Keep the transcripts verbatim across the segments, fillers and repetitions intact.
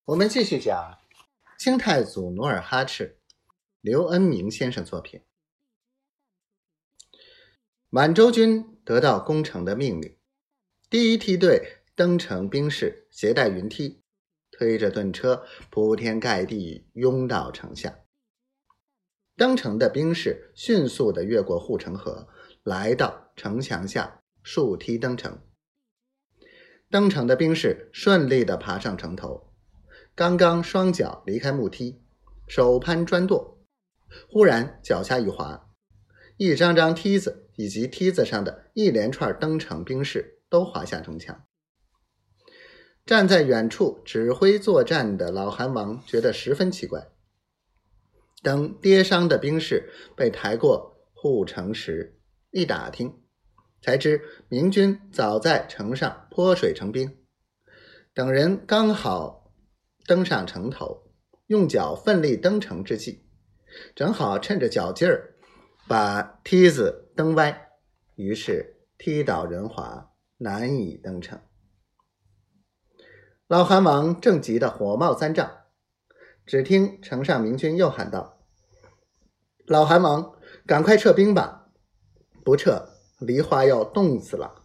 我们继续讲清太祖努尔哈赤，刘恩明先生作品。满洲军得到攻城的命令，第一梯队登城兵士携带云梯，推着盾车铺天盖地拥到城下。登城的兵士迅速地越过护城河，来到城墙下竖梯登城。登城的兵士顺利地爬上城头，刚刚双脚离开木梯，手攀砖垛，忽然脚下一滑，一张张梯子以及梯子上的一连串登城兵士都滑下城墙。站在远处指挥作战的老韩王觉得十分奇怪，等跌伤的兵士被抬过护城时，一打听才知明军早在城上泼水成冰，等人刚好登上城头，用脚奋力登城之际，正好趁着脚劲儿把梯子蹬歪，于是梯倒人滑，难以登城。老韩王正急得火冒三丈，只听城上明军又喊道：老韩王，赶快撤兵吧，不撤梨花要冻死了。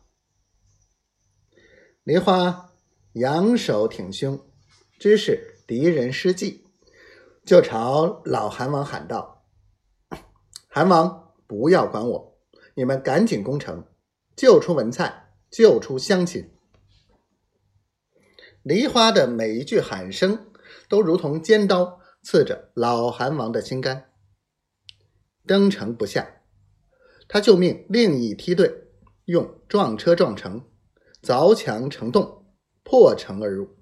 梨花扬手挺胸，知是敌人失计，就朝老韩王喊道：韩王，不要管我，你们赶紧攻城，救出文蔡，救出乡亲。梨花的每一句喊声都如同尖刀刺着老韩王的心肝。登城不下，他就命另一梯队用撞车撞城，凿墙成洞，破城而入。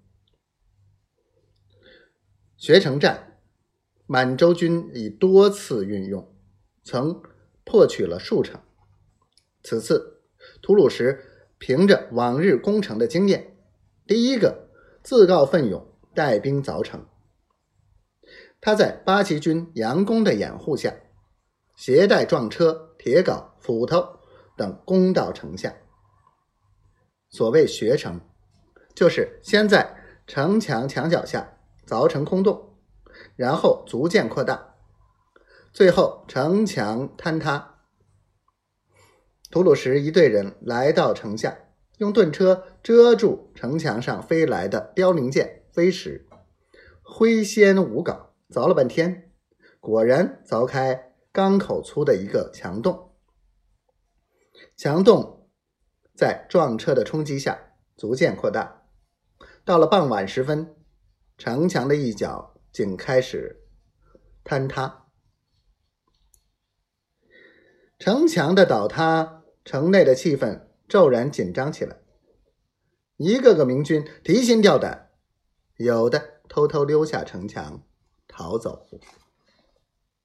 学城战，满洲军已多次运用，曾破取了数城。此次吐鲁什凭着往日攻城的经验，第一个自告奋勇带兵凿城。他在八旗军佯攻的掩护下，携带撞车、铁镐、斧头等攻到城下。所谓学城，就是先在城墙墙角下凿成空洞，然后逐渐扩大，最后城墙坍塌。吐鲁什一队人来到城下，用盾车遮住城墙上飞来的凋零箭、飞石，挥先舞镐，凿了半天，果然凿开缸口粗的一个墙洞。墙洞在撞车的冲击下逐渐扩大，到了傍晚时分，城墙的一角竟开始坍塌。城墙的倒塌，城内的气氛骤然紧张起来，一个个明军提心吊胆，有的偷偷溜下城墙逃走。